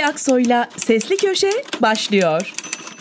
Aksoy'la Sesli Köşe başlıyor.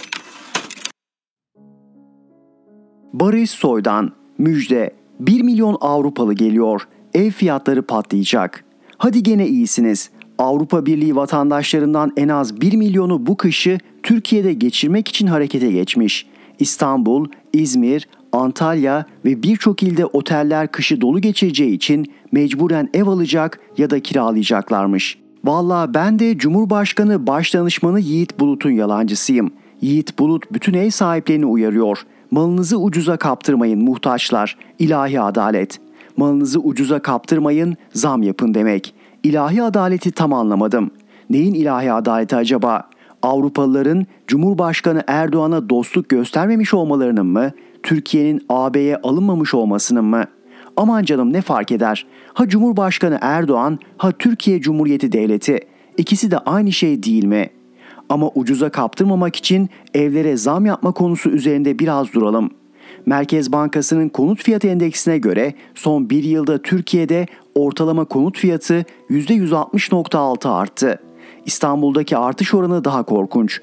Barış Soy'dan müjde. 1 milyon Avrupalı geliyor. Ev fiyatları patlayacak. Hadi gene iyisiniz. Avrupa Birliği vatandaşlarından en az 1 milyonu bu kışı Türkiye'de geçirmek için harekete geçmiş. İstanbul, İzmir, Antalya ve birçok ilde oteller kışı dolu geçireceği için mecburen ev alacak ya da kiralayacaklarmış. Vallahi ben de Cumhurbaşkanı Başdanışmanı Yiğit Bulut'un yalancısıyım. Yiğit Bulut bütün ev sahiplerini uyarıyor. Malınızı ucuza kaptırmayın muhtaçlar. İlahi adalet. Malınızı ucuza kaptırmayın, zam yapın demek. İlahi adaleti tam anlamadım. Neyin ilahi adaleti acaba? Avrupalıların Cumhurbaşkanı Erdoğan'a dostluk göstermemiş olmalarının mı? Türkiye'nin AB'ye alınmamış olmasının mı? Aman canım ne fark eder? Ha Cumhurbaşkanı Erdoğan, ha Türkiye Cumhuriyeti Devleti. İkisi de aynı şey değil mi? Ama ucuza kaptırmamak için evlere zam yapma konusu üzerinde biraz duralım. Merkez Bankası'nın konut fiyatı endeksine göre son bir yılda Türkiye'de ortalama konut fiyatı %160.6 arttı. İstanbul'daki artış oranı daha korkunç.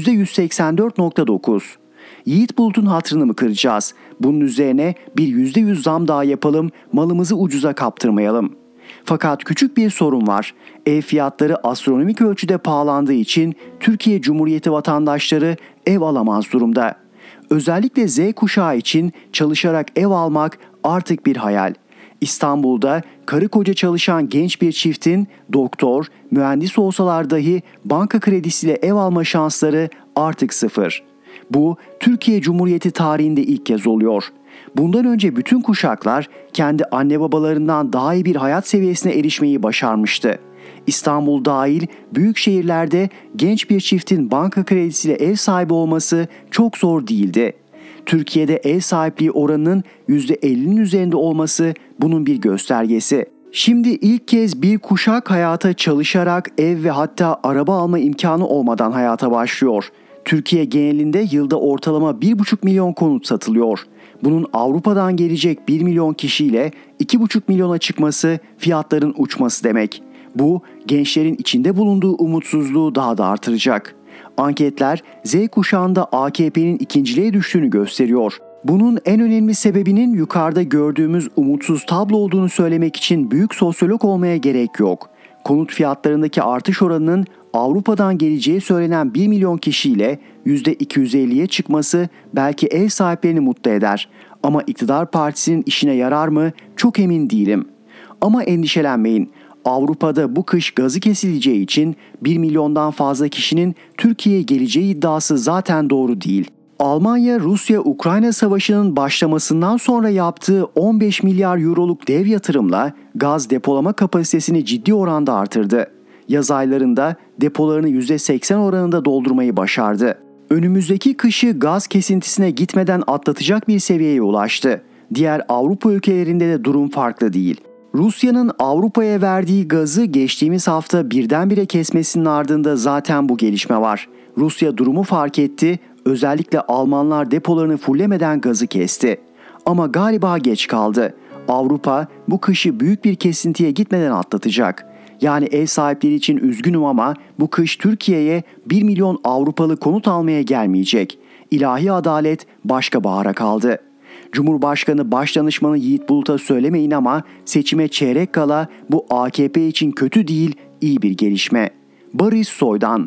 %184.9. Yiğit Bulut'un hatırını mı kıracağız? Bunun üzerine bir %100 zam daha yapalım, malımızı ucuza kaptırmayalım. Fakat küçük bir sorun var. Ev fiyatları astronomik ölçüde pahalandığı için Türkiye Cumhuriyeti vatandaşları ev alamaz durumda. Özellikle Z kuşağı için çalışarak ev almak artık bir hayal. İstanbul'da karı koca çalışan genç bir çiftin doktor, mühendis olsalar dahi banka kredisiyle ev alma şansları artık sıfır. Bu Türkiye Cumhuriyeti tarihinde ilk kez oluyor. Bundan önce bütün kuşaklar kendi anne babalarından daha iyi bir hayat seviyesine erişmeyi başarmıştı. İstanbul dahil büyük şehirlerde genç bir çiftin banka kredisiyle ev sahibi olması çok zor değildi. Türkiye'de ev sahipliği oranının %50'nin üzerinde olması bunun bir göstergesi. Şimdi ilk kez bir kuşak hayata çalışarak ev ve hatta araba alma imkanı olmadan hayata başlıyor. Türkiye genelinde yılda ortalama 1,5 milyon konut satılıyor. Bunun Avrupa'dan gelecek 1 milyon kişiyle 2,5 milyona çıkması fiyatların uçması demek. Bu gençlerin içinde bulunduğu umutsuzluğu daha da artıracak. Anketler Z kuşağında AKP'nin ikinciliğe düştüğünü gösteriyor. Bunun en önemli sebebinin yukarıda gördüğümüz umutsuz tablo olduğunu söylemek için büyük sosyolog olmaya gerek yok. Konut fiyatlarındaki artış oranının Avrupa'dan geleceği söylenen 1 milyon kişiyle %250'ye çıkması belki ev sahiplerini mutlu eder. Ama iktidar partisinin işine yarar mı çok emin değilim. Ama endişelenmeyin. Avrupa'da bu kış gazı kesileceği için 1 milyondan fazla kişinin Türkiye'ye geleceği iddiası zaten doğru değil. Almanya, Rusya-Ukrayna savaşının başlamasından sonra yaptığı 15 milyar euroluk dev yatırımla gaz depolama kapasitesini ciddi oranda artırdı. Yaz aylarında depolarını %80 oranında doldurmayı başardı. Önümüzdeki kışı gaz kesintisine gitmeden atlatacak bir seviyeye ulaştı. Diğer Avrupa ülkelerinde de durum farklı değil. Rusya'nın Avrupa'ya verdiği gazı geçtiğimiz hafta birdenbire kesmesinin ardında zaten bu gelişme var. Rusya durumu fark etti, özellikle Almanlar depolarını fullemeden gazı kesti. Ama galiba geç kaldı. Avrupa bu kışı büyük bir kesintiye gitmeden atlatacak. Yani ev sahipleri için üzgünüm ama bu kış Türkiye'ye 1 milyon Avrupalı konut almaya gelmeyecek. İlahi adalet başka bahara kaldı. Cumhurbaşkanı Başdanışmanı Yiğit Bulut'a söylemeyin ama seçime çeyrek kala bu AKP için kötü değil, iyi bir gelişme. Barış Soy'dan.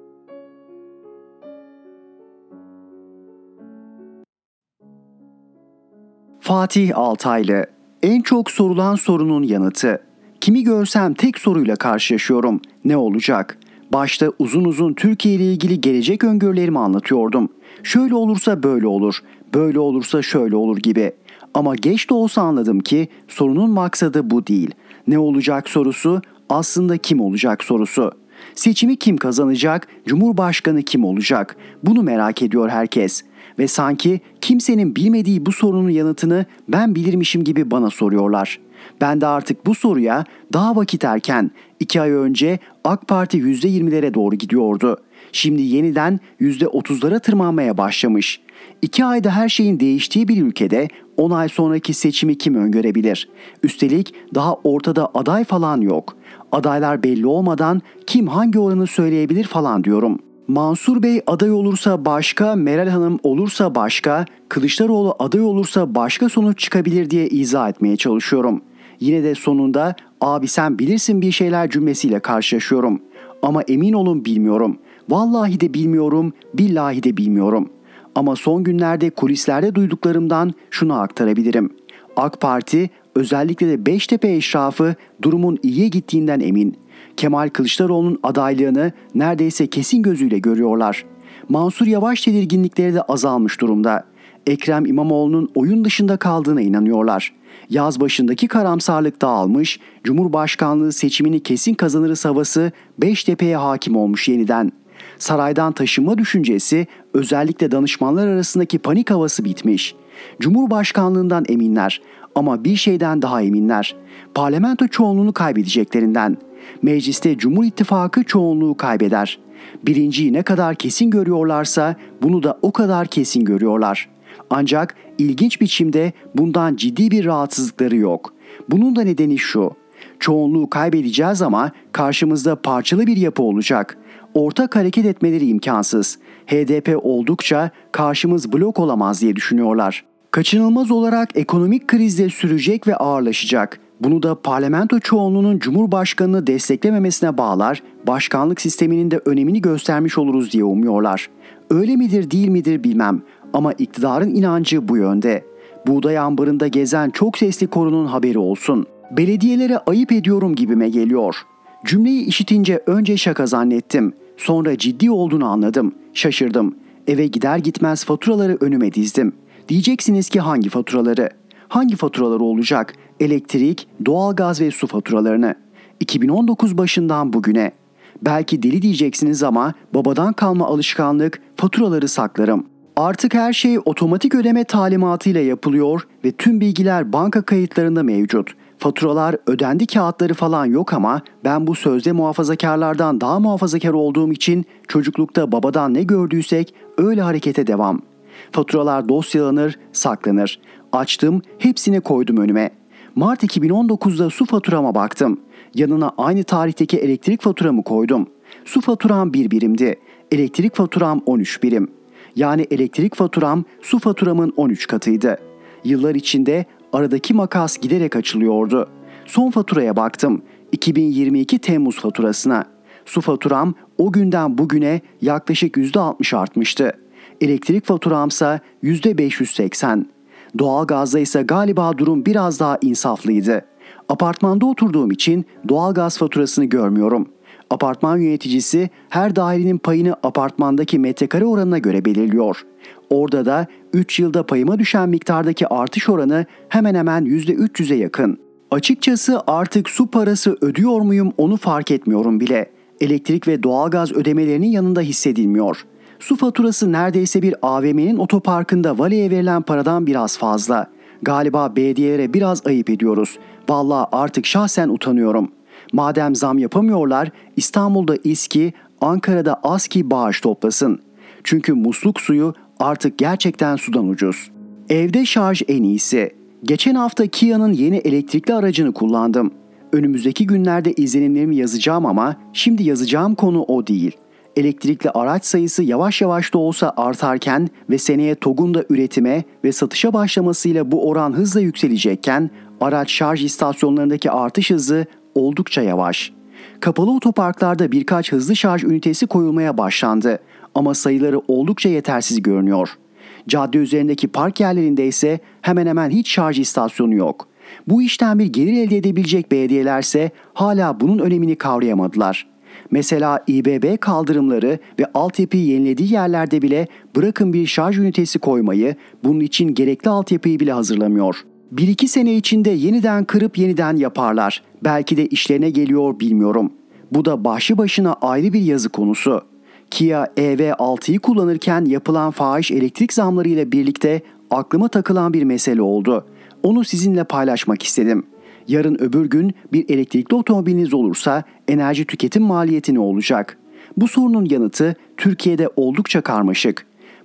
Fatih Altaylı. En çok sorulan sorunun yanıtı. Kimi görsem tek soruyla karşılaşıyorum. Ne olacak? Başta uzun uzun Türkiye ile ilgili gelecek öngörülerimi anlatıyordum. Şöyle olursa böyle olur, böyle olursa şöyle olur gibi. Ama geç de olsa anladım ki sorunun maksadı bu değil. Ne olacak sorusu aslında kim olacak sorusu. Seçimi kim kazanacak, Cumhurbaşkanı kim olacak? Bunu merak ediyor herkes. Ve sanki kimsenin bilmediği bu sorunun yanıtını ben bilirmişim gibi bana soruyorlar. Ben de artık bu soruya daha vakit erken 2 ay önce AK Parti %20'lere doğru gidiyordu. Şimdi yeniden %30'lara tırmanmaya başlamış. 2 ayda her şeyin değiştiği bir ülkede 10 ay sonraki seçimi kim öngörebilir? Üstelik daha ortada aday falan yok. Adaylar belli olmadan kim hangi oranı söyleyebilir falan diyorum. Mansur Bey aday olursa başka, Meral Hanım olursa başka, Kılıçdaroğlu aday olursa başka sonuç çıkabilir diye izah etmeye çalışıyorum. Yine de sonunda abi sen bilirsin bir şeyler cümlesiyle karşılaşıyorum. Ama emin olun bilmiyorum. Vallahi de bilmiyorum, billahi de bilmiyorum. Ama son günlerde kulislerde duyduklarımdan şunu aktarabilirim. AK Parti özellikle de Beştepe eşrafı durumun iyiye gittiğinden emin. Kemal Kılıçdaroğlu'nun adaylığını neredeyse kesin gözüyle görüyorlar. Mansur Yavaş tedirginlikleri de azalmış durumda. Ekrem İmamoğlu'nun oyun dışında kaldığına inanıyorlar. Yaz başındaki karamsarlık dağılmış, Cumhurbaşkanlığı seçimini kesin kazanırız havası Beştepe'ye hakim olmuş yeniden. Saraydan taşınma düşüncesi, özellikle danışmanlar arasındaki panik havası bitmiş. Cumhurbaşkanlığından eminler ama bir şeyden daha eminler. Parlamento çoğunluğunu kaybedeceklerinden. Mecliste Cumhur İttifakı çoğunluğu kaybeder. Birinciyi ne kadar kesin görüyorlarsa bunu da o kadar kesin görüyorlar. Ancak ilginç biçimde bundan ciddi bir rahatsızlıkları yok. Bunun da nedeni şu. Çoğunluğu kaybedeceğiz ama karşımızda parçalı bir yapı olacak. Ortak hareket etmeleri imkansız. HDP oldukça karşımız blok olamaz diye düşünüyorlar. Kaçınılmaz olarak ekonomik krizde sürecek ve ağırlaşacak. Bunu da parlamento çoğunluğunun Cumhurbaşkanı'nı desteklememesine bağlar, başkanlık sisteminin de önemini göstermiş oluruz diye umuyorlar. Öyle midir değil midir bilmem ama iktidarın inancı bu yönde. Buğday ambarında gezen çok sesli korunun haberi olsun. Belediyelere ayıp ediyorum gibime geliyor. Cümleyi işitince önce şaka zannettim. Sonra ciddi olduğunu anladım. Şaşırdım. Eve gider gitmez faturaları önüme dizdim. Diyeceksiniz ki hangi faturaları? Hangi faturaları olacak? Elektrik, doğalgaz ve su faturalarını. 2019 başından bugüne. Belki deli diyeceksiniz ama babadan kalma alışkanlık faturaları saklarım. Artık her şey otomatik ödeme talimatıyla yapılıyor ve tüm bilgiler banka kayıtlarında mevcut. Faturalar ödendi kağıtları falan yok ama ben bu sözde muhafazakarlardan daha muhafazakar olduğum için çocuklukta babadan ne gördüysek öyle harekete devam. Faturalar dosyalanır, saklanır. Açtım, hepsini koydum önüme. Mart 2019'da su faturama baktım. Yanına aynı tarihteki elektrik faturamı koydum. Su faturam 1 birimdi. Elektrik faturam 13 birim. Yani elektrik faturam su faturamın 13 katıydı. Yıllar içinde aradaki makas giderek açılıyordu. Son faturaya baktım. 2022 Temmuz faturasına. Su faturam o günden bugüne yaklaşık %60 artmıştı. Elektrik faturamsa %580. Doğalgazda ise galiba durum biraz daha insaflıydı. Apartmanda oturduğum için doğalgaz faturasını görmüyorum. Apartman yöneticisi her dairenin payını apartmandaki metrekare oranına göre belirliyor. Orada da 3 yılda payıma düşen miktardaki artış oranı hemen hemen %300'e yakın. Açıkçası artık su parası ödüyor muyum onu fark etmiyorum bile. Elektrik ve doğalgaz ödemelerinin yanında hissedilmiyor. Su faturası neredeyse bir AVM'nin otoparkında valeye verilen paradan biraz fazla. Galiba belediyelere biraz ayıp ediyoruz. Vallahi artık şahsen utanıyorum. Madem zam yapamıyorlar, İstanbul'da İSKİ, Ankara'da ASKİ bağış toplasın. Çünkü musluk suyu artık gerçekten sudan ucuz. Evde şarj en iyisi. Geçen hafta Kia'nın yeni elektrikli aracını kullandım. Önümüzdeki günlerde izlenimlerimi yazacağım ama şimdi yazacağım konu o değil. Elektrikli araç sayısı yavaş yavaş da olsa artarken ve seneye TOG'un da üretime ve satışa başlamasıyla bu oran hızla yükselecekken araç şarj istasyonlarındaki artış hızı oldukça yavaş. Kapalı otoparklarda birkaç hızlı şarj ünitesi koyulmaya başlandı ama sayıları oldukça yetersiz görünüyor. Cadde üzerindeki park yerlerinde ise hemen hemen hiç şarj istasyonu yok. Bu işten bir gelir elde edebilecek belediyelerse hala bunun önemini kavrayamadılar. Mesela İBB kaldırımları ve altyapıyı yenilediği yerlerde bile bırakın bir şarj ünitesi koymayı, bunun için gerekli altyapıyı bile hazırlamıyor. 1-2 sene içinde yeniden kırıp yeniden yaparlar. Belki de işlerine geliyor bilmiyorum. Bu da başlı başına ayrı bir yazı konusu. Kia EV6'yı kullanırken yapılan fahiş elektrik zamları ile birlikte aklıma takılan bir mesele oldu. Onu sizinle paylaşmak istedim. Yarın öbür gün bir elektrikli otomobiliniz olursa enerji tüketim maliyeti ne olacak? Bu sorunun yanıtı Türkiye'de oldukça karmaşık.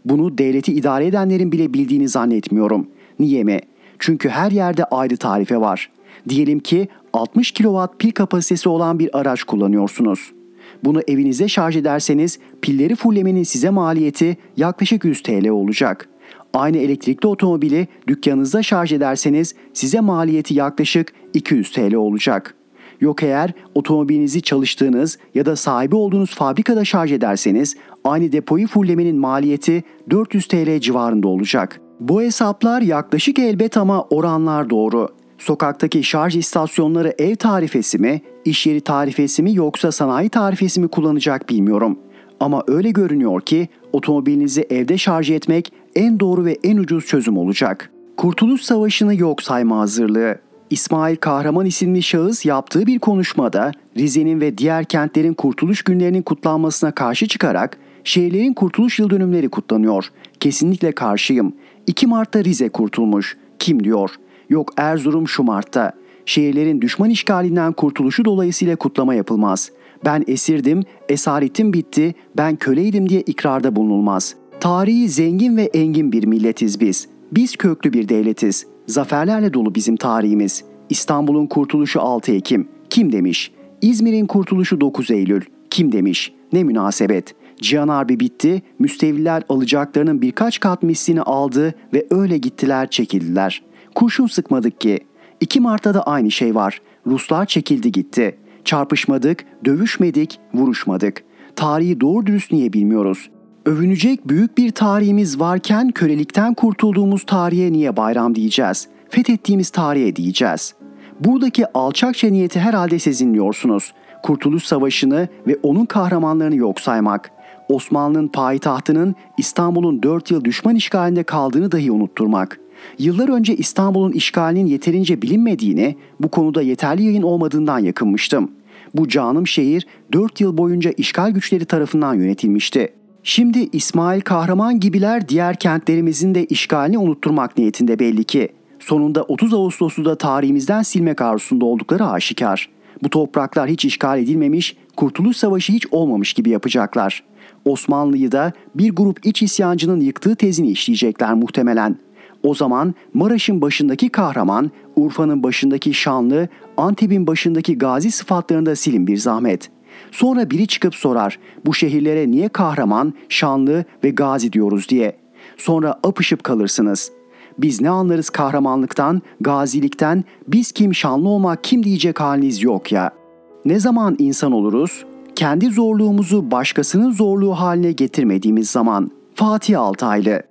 Bunu devleti idare edenlerin bile bildiğini zannetmiyorum. Niye mi? Çünkü her yerde ayrı tarife var. Diyelim ki 60 kW pil kapasitesi olan bir araç kullanıyorsunuz. Bunu evinizde şarj ederseniz pilleri fullemenin size maliyeti yaklaşık 100 TL olacak. Aynı elektrikli otomobili dükkanınızda şarj ederseniz size maliyeti yaklaşık 200 TL olacak. Yok eğer otomobilinizi çalıştığınız ya da sahibi olduğunuz fabrikada şarj ederseniz aynı depoyu fullemenin maliyeti 400 TL civarında olacak. Bu hesaplar yaklaşık elbet ama oranlar doğru. Sokaktaki şarj istasyonları ev tarifesi mi, iş yeri tarifesi mi yoksa sanayi tarifesi mi kullanacak bilmiyorum. Ama öyle görünüyor ki otomobilinizi evde şarj etmek en doğru ve en ucuz çözüm olacak. Kurtuluş Savaşı'nı yok sayma hazırlığı. İsmail Kahraman isimli şahıs yaptığı bir konuşmada Rize'nin ve diğer kentlerin kurtuluş günlerinin kutlanmasına karşı çıkarak şehirlerin kurtuluş yıl dönümleri kutlanıyor. Kesinlikle karşıyım. 2 Mart'ta Rize kurtulmuş. Kim diyor? Yok Erzurum şu Mart'ta. Şehirlerin düşman işgalinden kurtuluşu dolayısıyla kutlama yapılmaz. Ben esirdim, esaretim bitti, ben köleydim diye ikrarda bulunulmaz. Tarihi zengin ve engin bir milletiz biz. Biz köklü bir devletiz. Zaferlerle dolu bizim tarihimiz. İstanbul'un kurtuluşu 6 Ekim. Kim demiş? İzmir'in kurtuluşu 9 Eylül. Kim demiş? Ne münasebet. Cihan Harbi bitti, müstevliler alacaklarının birkaç kat mislini aldı ve öyle gittiler çekildiler. Kurşun sıkmadık ki. 2 Mart'ta da aynı şey var. Ruslar çekildi gitti. Çarpışmadık, dövüşmedik, vuruşmadık. Tarihi doğru dürüst niye bilmiyoruz? Övünecek büyük bir tarihimiz varken kölelikten kurtulduğumuz tarihe niye bayram diyeceğiz? Fethettiğimiz tarihe diyeceğiz. Buradaki alçakça niyeti herhalde sezinliyorsunuz. Kurtuluş Savaşı'nı ve onun kahramanlarını yok saymak. Osmanlı'nın payitahtının İstanbul'un 4 yıl düşman işgalinde kaldığını dahi unutturmak. Yıllar önce İstanbul'un işgalinin yeterince bilinmediğini, bu konuda yeterli yayın olmadığından yakınmıştım. Bu canım şehir 4 yıl boyunca işgal güçleri tarafından yönetilmişti. Şimdi İsmail Kahraman gibiler diğer kentlerimizin de işgalini unutturmak niyetinde belli ki. Sonunda 30 Ağustos'u da tarihimizden silmek arzusunda oldukları aşikar. Bu topraklar hiç işgal edilmemiş, Kurtuluş Savaşı hiç olmamış gibi yapacaklar. Osmanlı'yı da bir grup iç isyancının yıktığı tezini işleyecekler muhtemelen. O zaman Maraş'ın başındaki kahraman, Urfa'nın başındaki şanlı, Antep'in başındaki gazi sıfatlarını da silin bir zahmet. Sonra biri çıkıp sorar, bu şehirlere niye kahraman, şanlı ve gazi diyoruz diye. Sonra apışıp kalırsınız. Biz ne anlarız kahramanlıktan, gazilikten, biz kim şanlı olmak kim diyecek haliniz yok ya. Ne zaman insan oluruz? Kendi zorluğumuzu başkasının zorluğu haline getirmediğimiz zaman. Fatih Altaylı.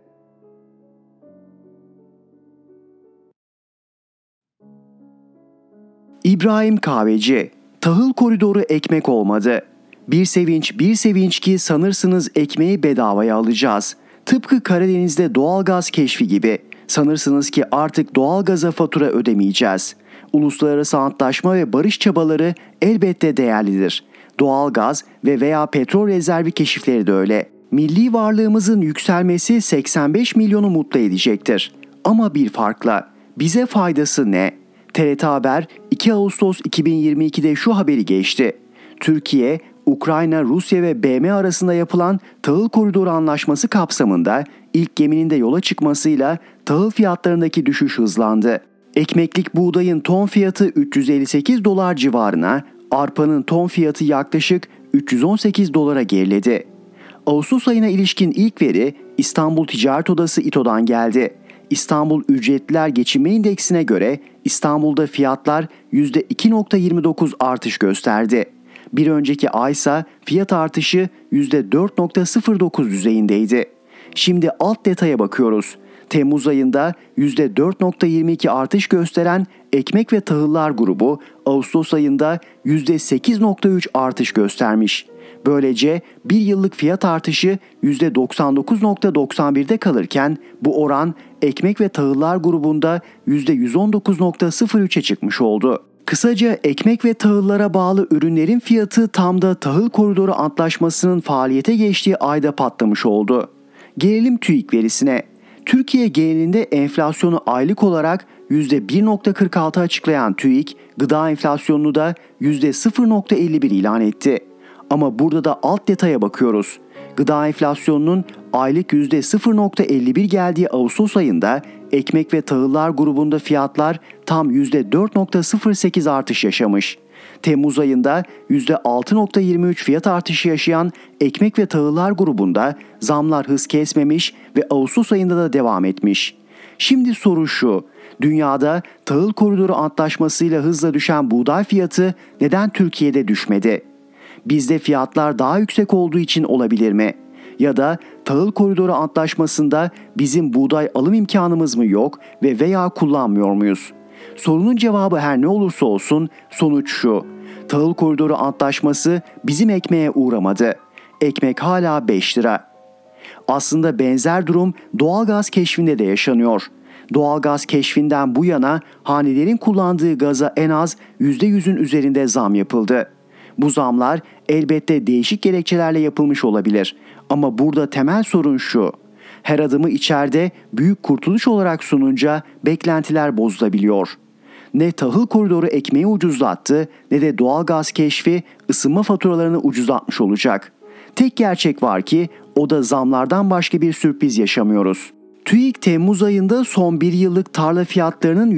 İbrahim Kahveci. Tahıl koridoru ekmek olmadı. Bir sevinç ki sanırsınız ekmeği bedavaya alacağız. Tıpkı Karadeniz'de doğalgaz keşfi gibi. Sanırsınız ki artık doğalgaza fatura ödemeyeceğiz. Uluslararası antlaşma ve barış çabaları elbette değerlidir. Doğalgaz ve veya petrol rezervi keşifleri de öyle. Milli varlığımızın yükselmesi 85 milyonu mutlu edecektir. Ama bir farkla. Bize faydası ne? TRT Haber 2 Ağustos 2022'de şu haberi geçti. Türkiye, Ukrayna, Rusya ve BM arasında yapılan tahıl koridoru anlaşması kapsamında ilk geminin de yola çıkmasıyla tahıl fiyatlarındaki düşüş hızlandı. Ekmeklik buğdayın ton fiyatı $358 civarına, arpanın ton fiyatı yaklaşık $318 geriledi. Ağustos ayına ilişkin ilk veri İstanbul Ticaret Odası İTO'dan geldi. İstanbul Ücretliler Geçinme İndeksine göre İstanbul'da fiyatlar %2.29 artış gösterdi. Bir önceki aysa fiyat artışı %4.09 düzeyindeydi. Şimdi alt detaya bakıyoruz. Temmuz ayında %4.22 artış gösteren ekmek ve tahıllar grubu Ağustos ayında %8.3 artış göstermiş. Böylece bir yıllık fiyat artışı %99.91'de kalırken bu oran ekmek ve tahıllar grubunda %119.03'e çıkmış oldu. Kısaca ekmek ve tahıllara bağlı ürünlerin fiyatı tam da tahıl koridoru antlaşmasının faaliyete geçtiği ayda patlamış oldu. Gelelim TÜİK verisine. Türkiye genelinde enflasyonu aylık olarak %1.46 açıklayan TÜİK, gıda enflasyonunu da %0.51 ilan etti. Ama burada da alt detaya bakıyoruz. Gıda enflasyonunun aylık %0.51 geldiği Ağustos ayında ekmek ve tahıllar grubunda fiyatlar tam %4.08 artış yaşamış. Temmuz ayında %6.23 fiyat artışı yaşayan ekmek ve tahıllar grubunda zamlar hız kesmemiş ve Ağustos ayında da devam etmiş. Şimdi soru şu: dünyada tahıl koridoru antlaşmasıyla hızla düşen buğday fiyatı neden Türkiye'de düşmedi? Bizde fiyatlar daha yüksek olduğu için olabilir mi? Ya da tahıl koridoru antlaşmasında bizim buğday alım imkanımız mı yok ve veya kullanmıyor muyuz? Sorunun cevabı her ne olursa olsun sonuç şu: tahıl koridoru antlaşması bizim ekmeğe uğramadı. Ekmek hala 5 lira. Aslında benzer durum doğalgaz keşfinde de yaşanıyor. Doğalgaz keşfinden bu yana hanelerin kullandığı gaza en az %100'ün üzerinde zam yapıldı. Bu zamlar elbette değişik gerekçelerle yapılmış olabilir. Ama burada temel sorun şu: her adımı içeride büyük kurtuluş olarak sununca beklentiler bozulabiliyor. Ne tahıl koridoru ekmeği ucuzlattı ne de doğalgaz keşfi ısınma faturalarını ucuzlatmış olacak. Tek gerçek var ki o da zamlardan başka bir sürpriz yaşamıyoruz. TÜİK Temmuz ayında son bir yıllık tarla fiyatlarının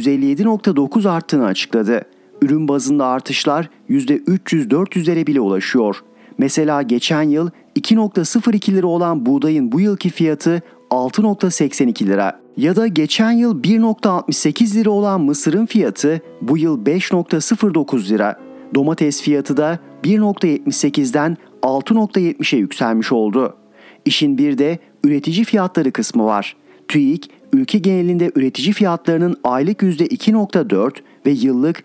%157.9 arttığını açıkladı. Ürün bazında artışlar %300-400'lere bile ulaşıyor. Mesela geçen yıl 2.02 lira olan buğdayın bu yılki fiyatı 6.82 lira. Ya da geçen yıl 1.68 lira olan mısırın fiyatı bu yıl 5.09 lira. Domates fiyatı da 1.78'den 6.70'e yükselmiş oldu. İşin bir de üretici fiyatları kısmı var. TÜİK, ülke genelinde üretici fiyatlarının aylık %2.4 ve yıllık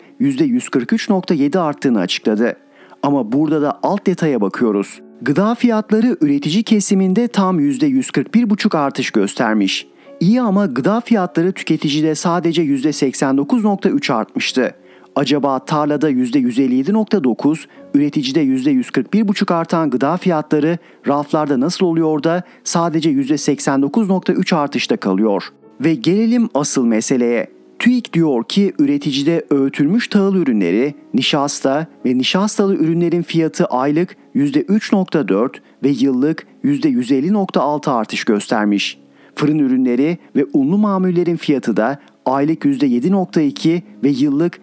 %143.7 arttığını açıkladı. Ama burada da alt detaya bakıyoruz. Gıda fiyatları üretici kesiminde tam %141,5 artış göstermiş. İyi ama gıda fiyatları tüketicide sadece %89.3 artmıştı. Acaba tarlada %157.9, üreticide %141,5 artan gıda fiyatları raflarda nasıl oluyor da sadece %89.3 artışta kalıyor? Ve gelelim asıl meseleye. TÜİK diyor ki üreticide öğütülmüş tahıl ürünleri, nişasta ve nişastalı ürünlerin fiyatı aylık %3.4 ve yıllık %150.6 artış göstermiş. Fırın ürünleri ve unlu mamullerin fiyatı da aylık %7.2 ve yıllık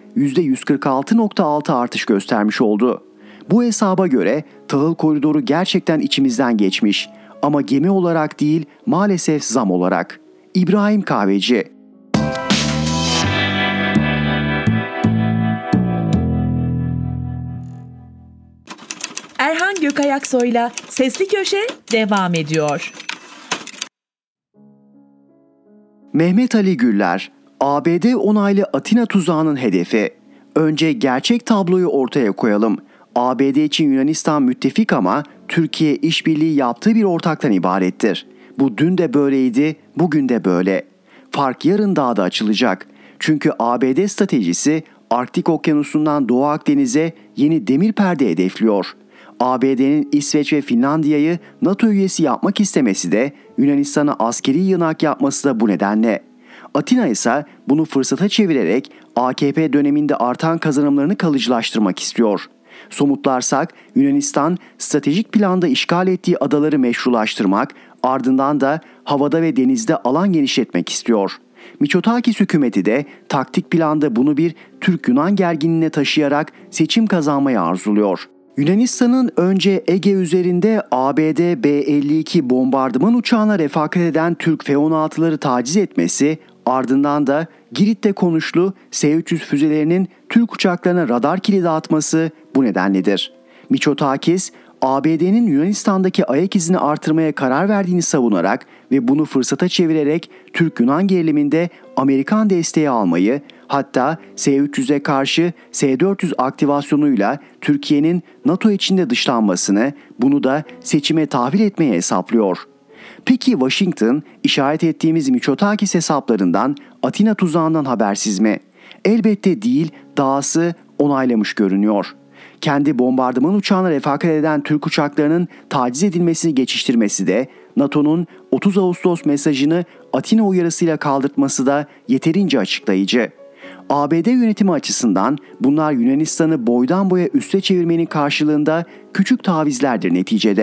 %146.6 artış göstermiş oldu. Bu hesaba göre tahıl koridoru gerçekten içimizden geçmiş ama gemi olarak değil maalesef zam olarak. İbrahim Kahveci. Erhan Gökayaksoy'la Sesli Köşe devam ediyor. Mehmet Ali Güller, ABD onaylı Atina tuzağının hedefi. Önce gerçek tabloyu ortaya koyalım. ABD için Yunanistan müttefik ama Türkiye işbirliği yaptığı bir ortaktan ibarettir. Bu dün de böyleydi, bugün de böyle. Fark yarın daha da açılacak. Çünkü ABD stratejisi Arktik Okyanusu'ndan Doğu Akdeniz'e yeni demir perde hedefliyor. ABD'nin İsveç ve Finlandiya'yı NATO üyesi yapmak istemesi de Yunanistan'a askeri yığınak yapması da bu nedenle. Atina ise bunu fırsata çevirerek AKP döneminde artan kazanımlarını kalıcılaştırmak istiyor. Somutlarsak Yunanistan stratejik planda işgal ettiği adaları meşrulaştırmak, ardından da havada ve denizde alan genişletmek istiyor. Mitsotakis hükümeti de taktik planda bunu bir Türk-Yunan gerginliğine taşıyarak seçim kazanmayı arzuluyor. Yunanistan'ın önce Ege üzerinde ABD B-52 bombardıman uçağına refakat eden Türk F-16'ları taciz etmesi, ardından da Girit'te konuşlu S-300 füzelerinin Türk uçaklarına radar kilidi atması bu nedenledir. Mitsotakis, ABD'nin Yunanistan'daki ayak izini artırmaya karar verdiğini savunarak ve bunu fırsata çevirerek Türk-Yunan geriliminde Amerikan desteği almayı, hatta S-300'e karşı S-400 aktivasyonuyla Türkiye'nin NATO içinde dışlanmasını, bunu da seçime tahvil etmeye hesaplıyor. Peki Washington, işaret ettiğimiz Mitsotakis hesaplarından, Atina tuzağından habersiz mi? Elbette değil, dahası onaylamış görünüyor. Kendi bombardıman uçağına refakat eden Türk uçaklarının taciz edilmesini geçiştirmesi de, NATO'nun 30 Ağustos mesajını Atina uyarısıyla kaldırtması da yeterince açıklayıcı. ABD yönetimi açısından bunlar Yunanistan'ı boydan boya üste çevirmenin karşılığında küçük tavizlerdir neticede.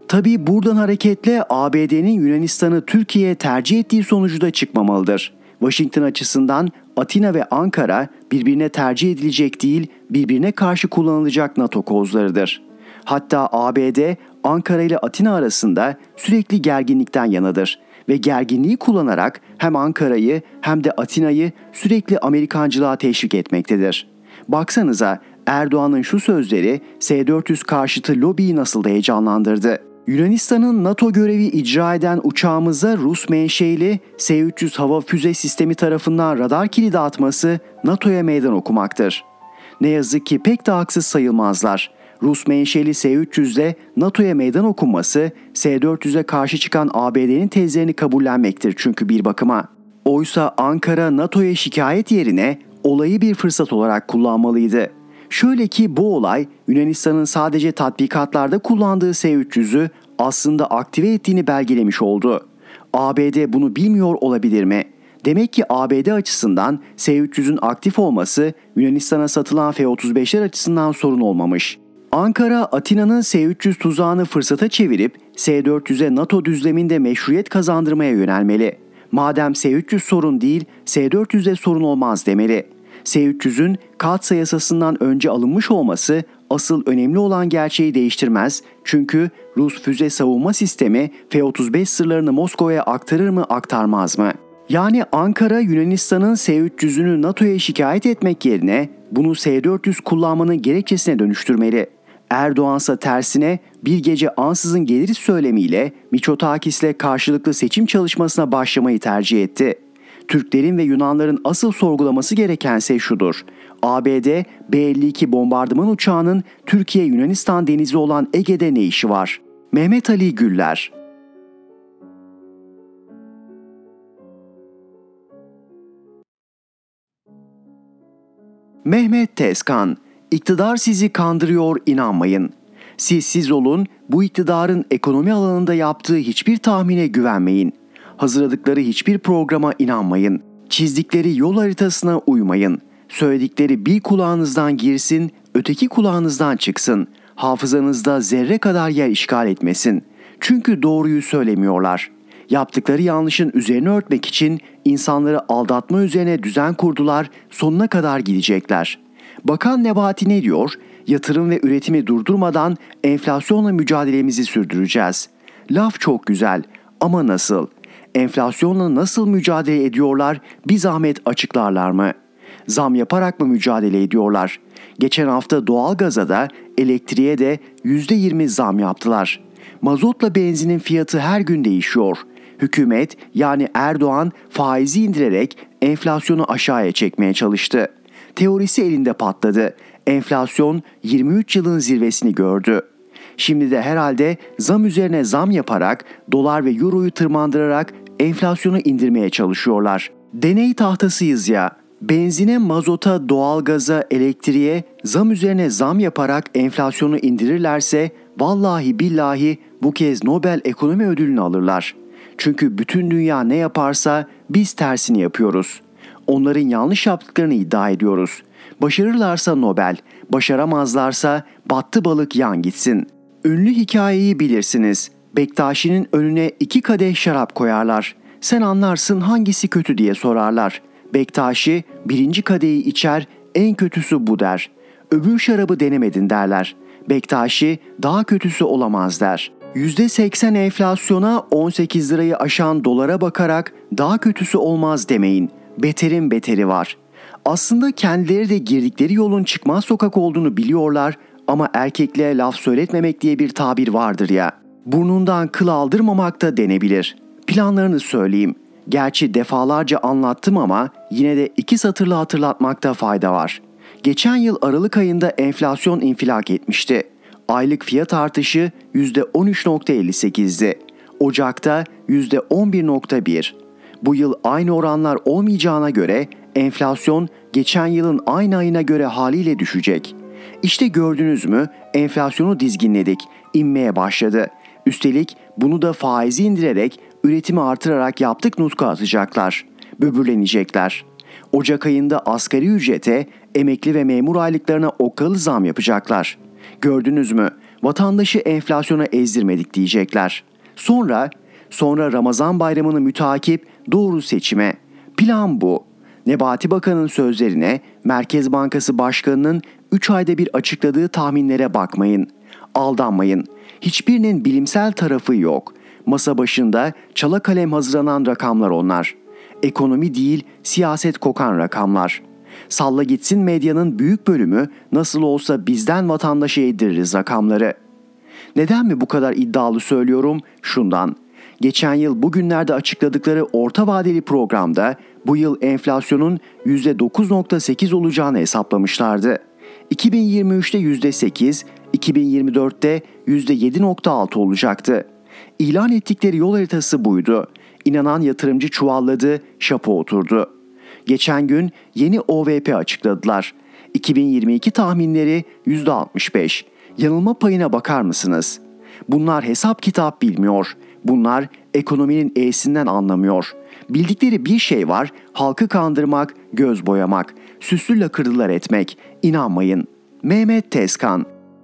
Tabii buradan hareketle ABD'nin Yunanistan'ı Türkiye'ye tercih ettiği sonucu da çıkmamalıdır. Washington açısından Atina ve Ankara birbirine tercih edilecek değil, birbirine karşı kullanılacak NATO kozlarıdır. Hatta ABD, Ankara ile Atina arasında sürekli gerginlikten yanadır ve gerginliği kullanarak hem Ankara'yı hem de Atina'yı sürekli Amerikancılığa teşvik etmektedir. Baksanıza Erdoğan'ın şu sözleri S-400 karşıtı lobiyi nasıl da heyecanlandırdı. Yunanistan'ın NATO görevi icra eden uçağımıza Rus menşeili S-300 hava füze sistemi tarafından radar kilidi atması NATO'ya meydan okumaktır. Ne yazık ki pek de haksız sayılmazlar. Rus menşeli S-300'de NATO'ya meydan okunması S-400'e karşı çıkan ABD'nin tezlerini kabullenmektir çünkü bir bakıma. Oysa Ankara NATO'ya şikayet yerine olayı bir fırsat olarak kullanmalıydı. Şöyle ki bu olay Yunanistan'ın sadece tatbikatlarda kullandığı S-300'ü aslında aktive ettiğini belgelemiş oldu. ABD bunu bilmiyor olabilir mi? Demek ki ABD açısından S-300'ün aktif olması Yunanistan'a satılan F-35'ler açısından sorun olmamış. Ankara, Atina'nın S-300 tuzağını fırsata çevirip S-400'e NATO düzleminde meşruiyet kazandırmaya yönelmeli. Madem S-300 sorun değil, S-400'de sorun olmaz demeli. S-300'ün Katsa yasasından önce alınmış olması asıl önemli olan gerçeği değiştirmez. Çünkü Rus füze savunma sistemi F-35 sırlarını Moskova'ya aktarır mı aktarmaz mı? Yani Ankara Yunanistan'ın S-300'ünü NATO'ya şikayet etmek yerine bunu S-400 kullanmanın gerekçesine dönüştürmeli. Erdoğansa tersine bir gece ansızın geliriz söylemiyle Mitsotakis'le karşılıklı seçim çalışmasına başlamayı tercih etti. Türklerin ve Yunanların asıl sorgulaması gerekense şudur. ABD B-52 bombardıman uçağının Türkiye-Yunanistan denizi olan Ege'de ne işi var? Mehmet Ali Güller. Mehmet Tezkan, iktidar sizi kandırıyor, inanmayın. Siz olun, bu iktidarın ekonomi alanında yaptığı hiçbir tahmine güvenmeyin. Hazırladıkları hiçbir programa inanmayın. Çizdikleri yol haritasına uymayın. Söyledikleri bir kulağınızdan girsin, öteki kulağınızdan çıksın. Hafızanızda zerre kadar yer işgal etmesin. Çünkü doğruyu söylemiyorlar. Yaptıkları yanlışın üzerine örtmek için insanları aldatma üzerine düzen kurdular, sonuna kadar gidecekler. Bakan Nebati ne diyor? Yatırım ve üretimi durdurmadan enflasyonla mücadelemizi sürdüreceğiz. Laf çok güzel ama nasıl? Enflasyonla nasıl mücadele ediyorlar, bir zahmet açıklarlar mı? Zam yaparak mı mücadele ediyorlar? Geçen hafta doğalgaza da elektriğe de %20 zam yaptılar. Mazotla benzinin fiyatı her gün değişiyor. Hükümet yani Erdoğan faizi indirerek enflasyonu aşağıya çekmeye çalıştı. Teorisi elinde patladı. Enflasyon 23 yılın zirvesini gördü. Şimdi de herhalde zam üzerine zam yaparak, dolar ve euroyu tırmandırarak enflasyonu indirmeye çalışıyorlar. Deney tahtasıyız ya. Benzine, mazota, doğalgaza, elektriğe zam üzerine zam yaparak enflasyonu indirirlerse vallahi billahi bu kez Nobel Ekonomi Ödülünü alırlar. Çünkü bütün dünya ne yaparsa biz tersini yapıyoruz. Onların yanlış yaptıklarını iddia ediyoruz. Başarırlarsa Nobel, başaramazlarsa battı balık yan gitsin. Ünlü hikayeyi bilirsiniz. Bektaşi'nin önüne 2 kadeh şarap koyarlar. Sen anlarsın hangisi kötü diye sorarlar. Bektaşi 1. kadehi içer, en kötüsü bu der. Öbür şarabı denemedin derler. Bektaşi daha kötüsü olamaz der. %80 enflasyona 18 lirayı aşan dolara bakarak daha kötüsü olmaz demeyin. Beterin beteri var. Aslında kendileri de girdikleri yolun çıkmaz sokak olduğunu biliyorlar ama erkekliğe laf söyletmemek diye bir tabir vardır ya. Burnundan kıl aldırmamak da denebilir. Planlarını söyleyeyim. Gerçi defalarca anlattım ama yine de 2 satırla hatırlatmakta fayda var. Geçen yıl Aralık ayında enflasyon infilak etmişti. Aylık fiyat artışı %13.58'di. Ocak'ta %11.1. Bu yıl aynı oranlar olmayacağına göre enflasyon geçen yılın aynı ayına göre haliyle düşecek. İşte gördünüz mü, enflasyonu dizginledik, inmeye başladı. Üstelik bunu da faizi indirerek, üretimi artırarak yaptık nutku atacaklar. Böbürlenecekler. Ocak ayında asgari ücrete, emekli ve memur aylıklarına okkalı zam yapacaklar. Gördünüz mü? Vatandaşı enflasyona ezdirmedik diyecekler. Sonra Ramazan bayramını mütakip doğru seçime. Plan bu. Nebati Bakan'ın sözlerine, Merkez Bankası Başkanı'nın 3 ayda bir açıkladığı tahminlere bakmayın. Aldanmayın. Hiçbirinin bilimsel tarafı yok. Masa başında çala kalem hazırlanan rakamlar onlar. Ekonomi değil, siyaset kokan rakamlar. Salla gitsin medyanın büyük bölümü nasıl olsa bizden vatandaşa yediririz rakamları. Neden mi bu kadar iddialı söylüyorum? Şundan. Geçen yıl bugünlerde açıkladıkları orta vadeli programda bu yıl enflasyonun %9.8 olacağını hesaplamışlardı. 2023'te %8, 2024'te %7.6 olacaktı. İlan ettikleri yol haritası buydu. İnanan yatırımcı çuvalladı, şapa oturdu. Geçen gün yeni OVP açıkladılar. 2022 tahminleri %65. Yanılma payına bakar mısınız? Bunlar hesap kitap bilmiyor. Bunlar ekonominin E'sinden anlamıyor. Bildikleri bir şey var, halkı kandırmak, göz boyamak, süslü lakırdılar etmek. İnanmayın. Mehmet Tezkan.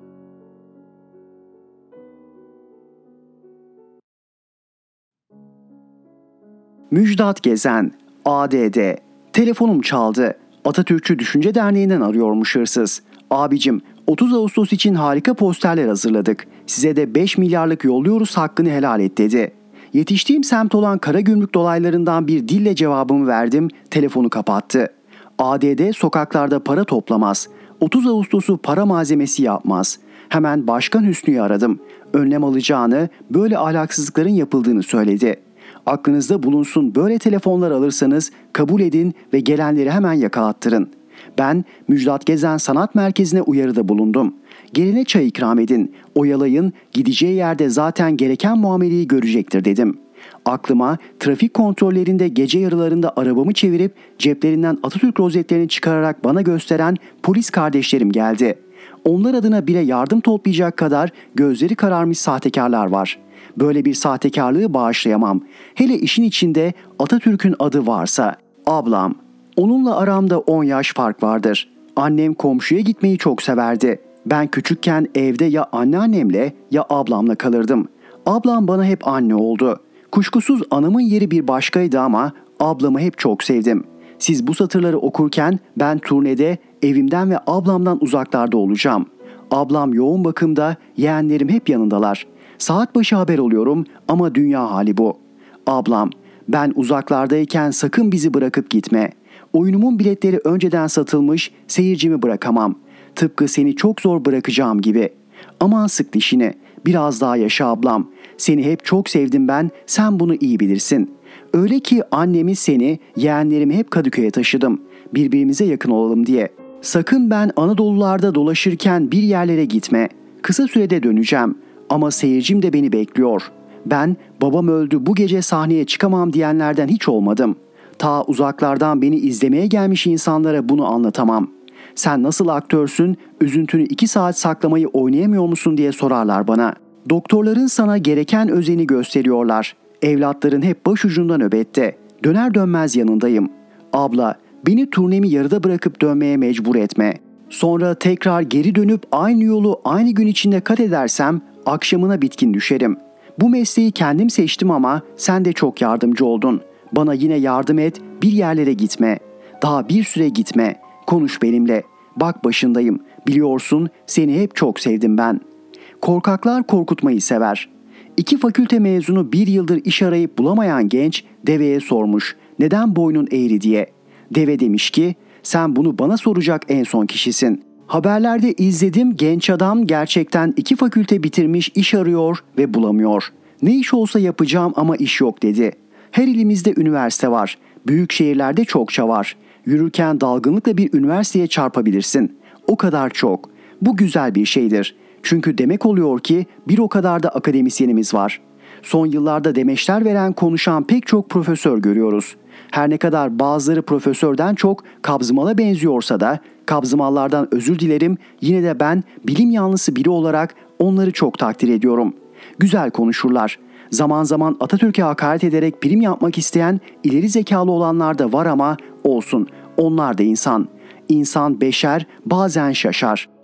Müjdat Gezen, ADD. Telefonum çaldı. Atatürkçü Düşünce Derneği'nden arıyormuş hırsız. Abicim, 30 Ağustos için harika posterler hazırladık. Size de 5 milyarlık yolluyoruz, hakkını helal et dedi. Yetiştiğim semt olan Karagümrük dolaylarından bir dille cevabımı verdim, telefonu kapattı. ADD sokaklarda para toplamaz. 30 Ağustos'u para malzemesi yapmaz. Hemen Başkan Hüsnü'yü aradım. Önlem alacağını, böyle ahlaksızlıkların yapıldığını söyledi. Aklınızda bulunsun, böyle telefonlar alırsanız kabul edin ve gelenleri hemen yakalattırın. Ben Müjdat Gezen Sanat Merkezi'ne uyarıda bulundum. Gelene çay ikram edin, oyalayın, gideceği yerde zaten gereken muameleyi görecektir dedim. Aklıma trafik kontrollerinde gece yarılarında arabamı çevirip ceplerinden Atatürk rozetlerini çıkararak bana gösteren polis kardeşlerim geldi. Onlar adına bile yardım toplayacak kadar gözleri kararmış sahtekarlar var. Böyle bir sahtekarlığı bağışlayamam. Hele işin içinde Atatürk'ün adı varsa. Ablam. Onunla aramda 10 yaş fark vardır. Annem komşuya gitmeyi çok severdi. Ben küçükken evde ya anneannemle ya ablamla kalırdım. Ablam bana hep anne oldu. Kuşkusuz anamın yeri bir başkaydı ama ablamı hep çok sevdim. Siz bu satırları okurken ben turnede evimden ve ablamdan uzaklarda olacağım. Ablam yoğun bakımda, yeğenlerim hep yanındalar. Saat başı haber oluyorum ama dünya hali bu. Ablam, ben uzaklardayken sakın bizi bırakıp gitme. Oyunumun biletleri önceden satılmış, seyircimi bırakamam. Tıpkı seni çok zor bırakacağım gibi. Aman sık dişini, biraz daha yaşa ablam. Seni hep çok sevdim ben, sen bunu iyi bilirsin. Öyle ki annemi seni, yeğenlerimi hep Kadıköy'e taşıdım. Birbirimize yakın olalım diye. Sakın ben Anadolularda dolaşırken bir yerlere gitme. Kısa sürede döneceğim. Ama seyircim de beni bekliyor. Ben babam öldü bu gece sahneye çıkamam diyenlerden hiç olmadım. Ta uzaklardan beni izlemeye gelmiş insanlara bunu anlatamam. Sen nasıl aktörsün, üzüntünü 2 saat saklamayı oynayamıyor musun diye sorarlar bana. Doktorların sana gereken özeni gösteriyorlar. Evlatların hep başucunda nöbette. Döner dönmez yanındayım. Abla, beni turnemi yarıda bırakıp dönmeye mecbur etme. Sonra tekrar geri dönüp aynı yolu aynı gün içinde kat edersem akşamına bitkin düşerim. Bu mesleği kendim seçtim ama sen de çok yardımcı oldun. Bana yine yardım et, bir yerlere gitme. Daha bir süre gitme. Konuş benimle. Bak başındayım. Biliyorsun seni hep çok sevdim ben. Korkaklar korkutmayı sever. 2 fakülte mezunu 1 yıldır iş arayıp bulamayan genç deveye sormuş. Neden boynun eğri diye. Deve demiş ki sen bunu bana soracak en son kişisin. Haberlerde izledim, genç adam gerçekten 2 fakülte bitirmiş, iş arıyor ve bulamıyor. Ne iş olsa yapacağım ama iş yok dedi. Her ilimizde üniversite var. Büyük şehirlerde çokça var. Yürürken dalgınlıkla bir üniversiteye çarpabilirsin. O kadar çok. Bu güzel bir şeydir. Çünkü demek oluyor ki bir o kadar da akademisyenimiz var. Son yıllarda demeçler veren, konuşan pek çok profesör görüyoruz. Her ne kadar bazıları profesörden çok kabzımala benziyorsa da, kabzımallardan özür dilerim, yine de ben bilim yanlısı biri olarak onları çok takdir ediyorum. Güzel konuşurlar. Zaman zaman Atatürk'e hakaret ederek prim yapmak isteyen ileri zekalı olanlar da var ama olsun, onlar da insan. İnsan beşer, bazen şaşar.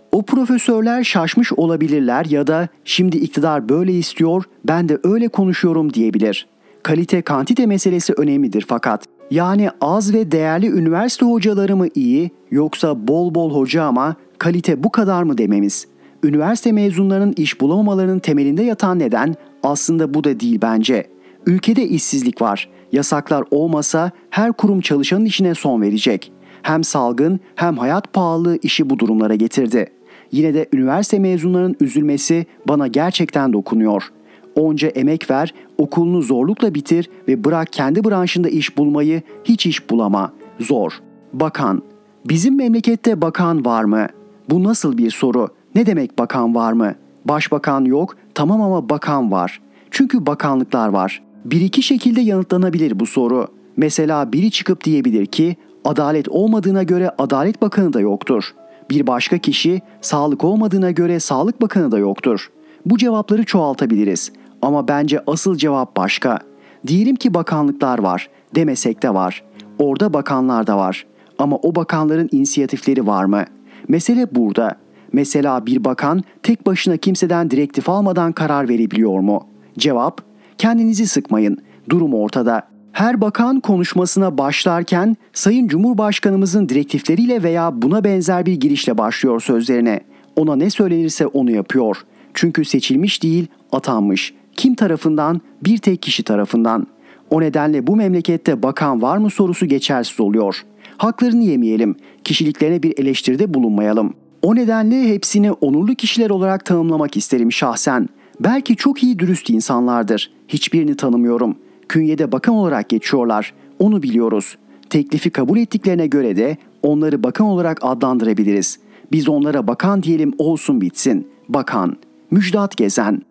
O profesörler şaşmış olabilirler ya da şimdi iktidar böyle istiyor, ben de öyle konuşuyorum diyebilir. Kalite kantite meselesi önemlidir fakat. Yani az ve değerli üniversite hocaları mı iyi yoksa bol bol hoca ama kalite bu kadar mı dememiz? Üniversite mezunlarının iş bulamamalarının temelinde yatan neden aslında bu da değil bence. Ülkede işsizlik var. Yasaklar olmasa her kurum çalışanın işine son verecek. Hem salgın hem hayat pahalılığı işi bu durumlara getirdi. Yine de üniversite mezunlarının üzülmesi bana gerçekten dokunuyor. Onca emek ver, okulunu zorlukla bitir ve bırak kendi branşında iş bulmayı, hiç iş bulama. Zor. Bakan. Bizim memlekette bakan var mı? Bu nasıl bir soru? Ne demek bakan var mı? Başbakan yok, tamam ama bakan var. Çünkü bakanlıklar var. Bir iki şekilde yanıtlanabilir bu soru. Mesela biri çıkıp diyebilir ki, adalet olmadığına göre Adalet Bakanı da yoktur. Bir başka kişi, sağlık olmadığına göre Sağlık Bakanı da yoktur. Bu cevapları çoğaltabiliriz. Ama bence asıl cevap başka. Diyelim ki bakanlıklar var, demesek de var. Orada bakanlar da var. Ama o bakanların inisiyatifleri var mı? Mesele burada. Mesela bir bakan tek başına kimseden direktif almadan karar verebiliyor mu? Cevap, kendinizi sıkmayın. Durum ortada. Her bakan konuşmasına başlarken Sayın Cumhurbaşkanımızın direktifleriyle veya buna benzer bir girişle başlıyor sözlerine. Ona ne söylenirse onu yapıyor. Çünkü seçilmiş değil, atanmış. Kim tarafından? Bir tek kişi tarafından. O nedenle bu memlekette bakan var mı sorusu geçersiz oluyor. Haklarını yemeyelim, kişiliklerine bir eleştiride bulunmayalım. O nedenle hepsini onurlu kişiler olarak tanımlamak isterim şahsen. Belki çok iyi dürüst insanlardır. Hiçbirini tanımıyorum. Künyede bakan olarak geçiyorlar. Onu biliyoruz. Teklifi kabul ettiklerine göre de onları bakan olarak adlandırabiliriz. Biz onlara bakan diyelim, olsun bitsin. Bakan. Müjdat Gezen.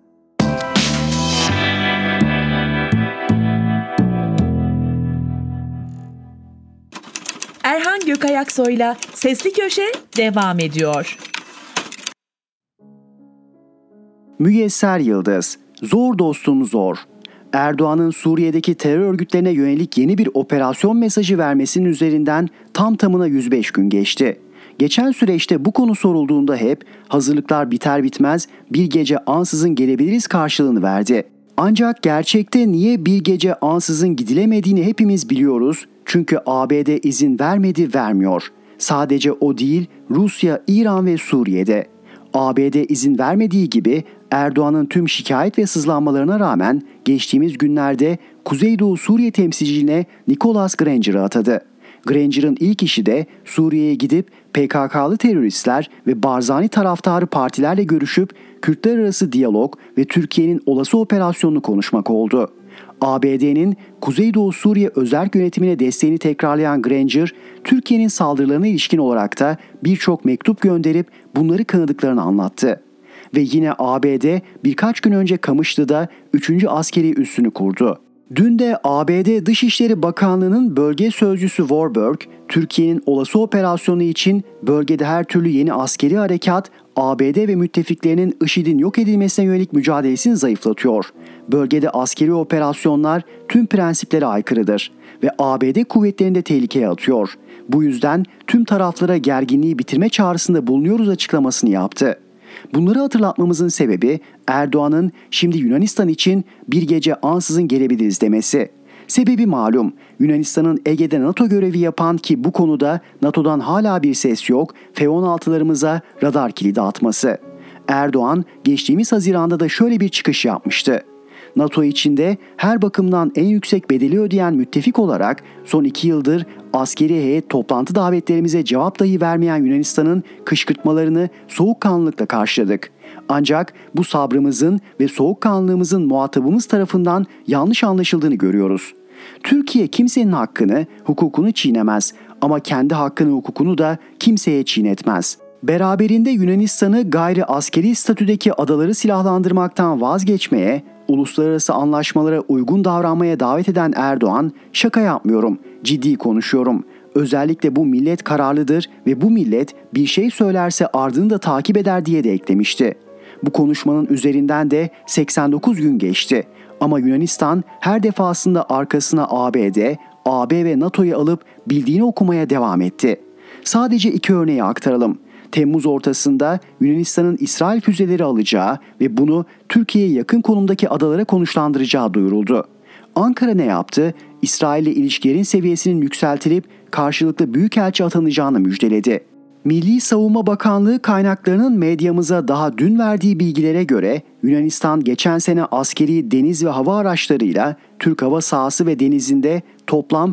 Erhan Gökayaksoy'la Sesli Köşe devam ediyor. Müyesser Yıldız. Zor dostum zor. Erdoğan'ın Suriye'deki terör örgütlerine yönelik yeni bir operasyon mesajı vermesinin üzerinden tam tamına 105 gün geçti. Geçen süreçte bu konu sorulduğunda hep hazırlıklar biter bitmez bir gece ansızın gelebiliriz karşılığını verdi. Ancak gerçekte niye bir gece ansızın gidilemediğini hepimiz biliyoruz. Çünkü ABD izin vermedi, vermiyor. Sadece o değil, Rusya, İran ve Suriye'de. ABD izin vermediği gibi Erdoğan'ın tüm şikayet ve sızlanmalarına rağmen geçtiğimiz günlerde Kuzeydoğu Suriye temsilciliğine Nicholas Granger'ı atadı. Granger'ın ilk işi de Suriye'ye gidip PKK'lı teröristler ve Barzani taraftarı partilerle görüşüp Kürtler arası diyalog ve Türkiye'nin olası operasyonunu konuşmak oldu. ABD'nin Kuzeydoğu Suriye özerk yönetimine desteğini tekrarlayan Granger, Türkiye'nin saldırılarına ilişkin olarak da birçok mektup gönderip bunları kınadıklarını anlattı. Ve yine ABD birkaç gün önce Kamışlı'da 3. askeri üssünü kurdu. Dün de ABD Dışişleri Bakanlığı'nın bölge sözcüsü Warburg, Türkiye'nin olası operasyonu için bölgede her türlü yeni askeri harekat, ABD ve müttefiklerinin IŞİD'in yok edilmesine yönelik mücadelesini zayıflatıyor. Bölgede askeri operasyonlar tüm prensiplere aykırıdır ve ABD kuvvetlerini de tehlikeye atıyor. Bu yüzden tüm taraflara gerginliği bitirme çağrısında bulunuyoruz açıklamasını yaptı. Bunları hatırlatmamızın sebebi Erdoğan'ın şimdi Yunanistan için bir gece ansızın gelebiliriz demesi. Sebebi malum, Yunanistan'ın Ege'de NATO görevi yapan ki bu konuda NATO'dan hala bir ses yok, F-16'larımıza radar kilidi atması. Erdoğan geçtiğimiz Haziran'da da şöyle bir çıkış yapmıştı. NATO içinde her bakımdan en yüksek bedeli ödeyen müttefik olarak son 2 yıldır askeri heyet toplantı davetlerimize cevap dahi vermeyen Yunanistan'ın kışkırtmalarını soğukkanlılıkla karşıladık. Ancak bu sabrımızın ve soğukkanlılığımızın muhatabımız tarafından yanlış anlaşıldığını görüyoruz. Türkiye kimsenin hakkını, hukukunu çiğnemez ama kendi hakkını, hukukunu da kimseye çiğnetmez. Beraberinde Yunanistan'ı gayri askeri statüdeki adaları silahlandırmaktan vazgeçmeye, uluslararası anlaşmalara uygun davranmaya davet eden Erdoğan, şaka yapmıyorum, ciddi konuşuyorum. Özellikle bu millet kararlıdır ve bu millet bir şey söylerse ardını da takip eder diye de eklemişti. Bu konuşmanın üzerinden de 89 gün geçti. Ama Yunanistan her defasında arkasına ABD, AB ve NATO'yu alıp bildiğini okumaya devam etti. Sadece 2 örneği aktaralım. Temmuz ortasında Yunanistan'ın İsrail füzeleri alacağı ve bunu Türkiye'ye yakın konumdaki adalara konuşlandıracağı duyuruldu. Ankara ne yaptı? İsrail ile ilişkilerin seviyesinin yükseltilip karşılıklı büyükelçi atanacağını müjdeledi. Milli Savunma Bakanlığı kaynaklarının medyamıza daha dün verdiği bilgilere göre Yunanistan geçen sene askeri deniz ve hava araçlarıyla Türk hava sahası ve denizinde toplam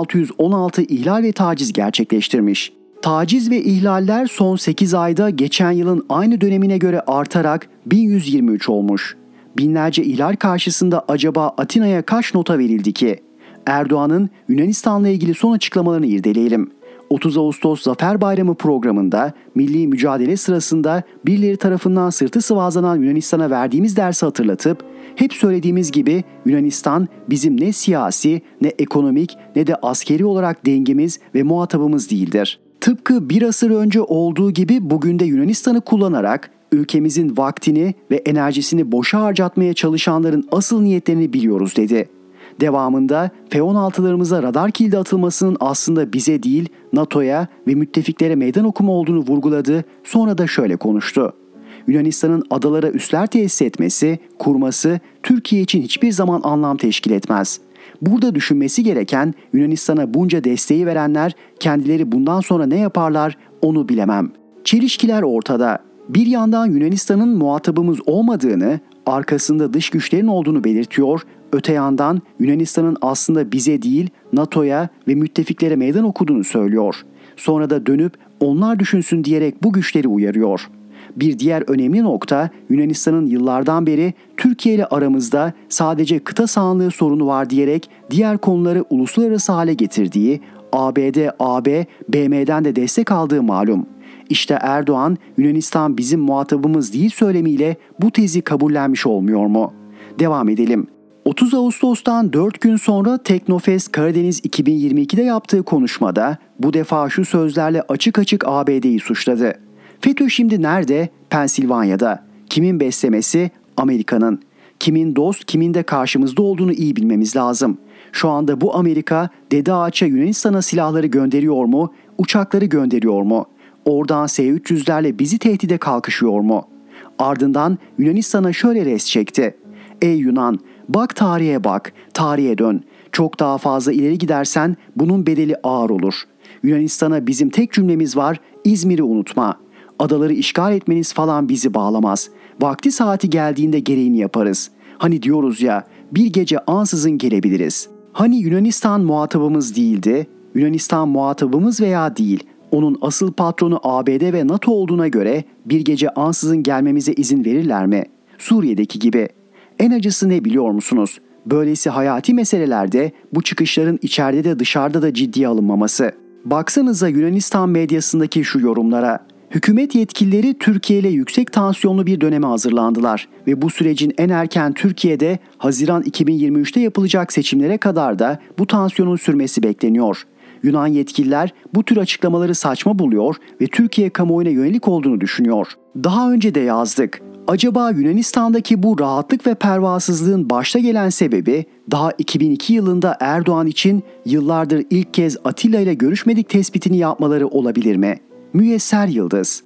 1616 ihlal ve taciz gerçekleştirmiş. Taciz ve ihlaller son 8 ayda geçen yılın aynı dönemine göre artarak 1123 olmuş. Binlerce ihlal karşısında acaba Atina'ya kaç nota verildi ki? Erdoğan'ın Yunanistan'la ilgili son açıklamalarını irdeleyelim. 30 Ağustos Zafer Bayramı programında milli mücadele sırasında birileri tarafından sırtı sıvazlanan Yunanistan'a verdiğimiz dersi hatırlatıp hep söylediğimiz gibi Yunanistan bizim ne siyasi, ne ekonomik, ne de askeri olarak dengimiz ve muhatabımız değildir. Tıpkı bir asır önce olduğu gibi bugün de Yunanistan'ı kullanarak ülkemizin vaktini ve enerjisini boşa harcatmaya çalışanların asıl niyetlerini biliyoruz dedi. Devamında F-16'larımıza radar kilidi atılmasının aslında bize değil NATO'ya ve müttefiklere meydan okuma olduğunu vurguladı, sonra da şöyle konuştu. Yunanistan'ın adalara üsler tesis etmesi, kurması Türkiye için hiçbir zaman anlam teşkil etmez. Burada düşünmesi gereken Yunanistan'a bunca desteği verenler kendileri bundan sonra ne yaparlar onu bilemem. Çelişkiler ortada. Bir yandan Yunanistan'ın muhatabımız olmadığını, arkasında dış güçlerin olduğunu belirtiyor, öte yandan Yunanistan'ın aslında bize değil NATO'ya ve müttefiklere meydan okuduğunu söylüyor. Sonra da dönüp onlar düşünsün diyerek bu güçleri uyarıyor. Bir diğer önemli nokta Yunanistan'ın yıllardan beri Türkiye ile aramızda sadece kıta sahanlığı sorunu var diyerek diğer konuları uluslararası hale getirdiği, ABD, AB, BM'den de destek aldığı malum. İşte Erdoğan Yunanistan bizim muhatabımız değil söylemiyle bu tezi kabullenmiş olmuyor mu? Devam edelim. 30 Ağustos'tan 4 gün sonra Teknofest Karadeniz 2022'de yaptığı konuşmada bu defa şu sözlerle açık açık ABD'yi suçladı. FETÖ şimdi nerede? Pensilvanya'da. Kimin beslemesi? Amerika'nın. Kimin dost, kimin de karşımızda olduğunu iyi bilmemiz lazım. Şu anda bu Amerika Dede Ağaç'a Yunanistan'a silahları gönderiyor mu? Uçakları gönderiyor mu? Oradan S-300'lerle bizi tehdide kalkışıyor mu? Ardından Yunanistan'a şöyle res çekti. Ey Yunan, bak tarihe bak, tarihe dön. Çok daha fazla ileri gidersen bunun bedeli ağır olur. Yunanistan'a bizim tek cümlemiz var, İzmir'i unutma. Adaları işgal etmeniz falan bizi bağlamaz. Vakti saati geldiğinde gereğini yaparız. Hani diyoruz ya, bir gece ansızın gelebiliriz. Hani Yunanistan muhatabımız değildi? Yunanistan muhatabımız veya değil, onun asıl patronu ABD ve NATO olduğuna göre bir gece ansızın gelmemize izin verirler mi? Suriye'deki gibi. En acısı ne biliyor musunuz? Böylesi hayati meselelerde bu çıkışların içeride de dışarıda da ciddiye alınmaması. Baksanıza Yunanistan medyasındaki şu yorumlara. Hükümet yetkilileri Türkiye ile yüksek tansiyonlu bir döneme hazırlandılar ve bu sürecin en erken Türkiye'de Haziran 2023'te yapılacak seçimlere kadar da bu tansiyonun sürmesi bekleniyor. Yunan yetkililer bu tür açıklamaları saçma buluyor ve Türkiye kamuoyuna yönelik olduğunu düşünüyor. Daha önce de yazdık. Acaba Yunanistan'daki bu rahatlık ve pervasızlığın başta gelen sebebi daha 2002 yılında Erdoğan için yıllardır ilk kez Atilla ile görüşmedik tespitini yapmaları olabilir mi? Müyesser Yıldız.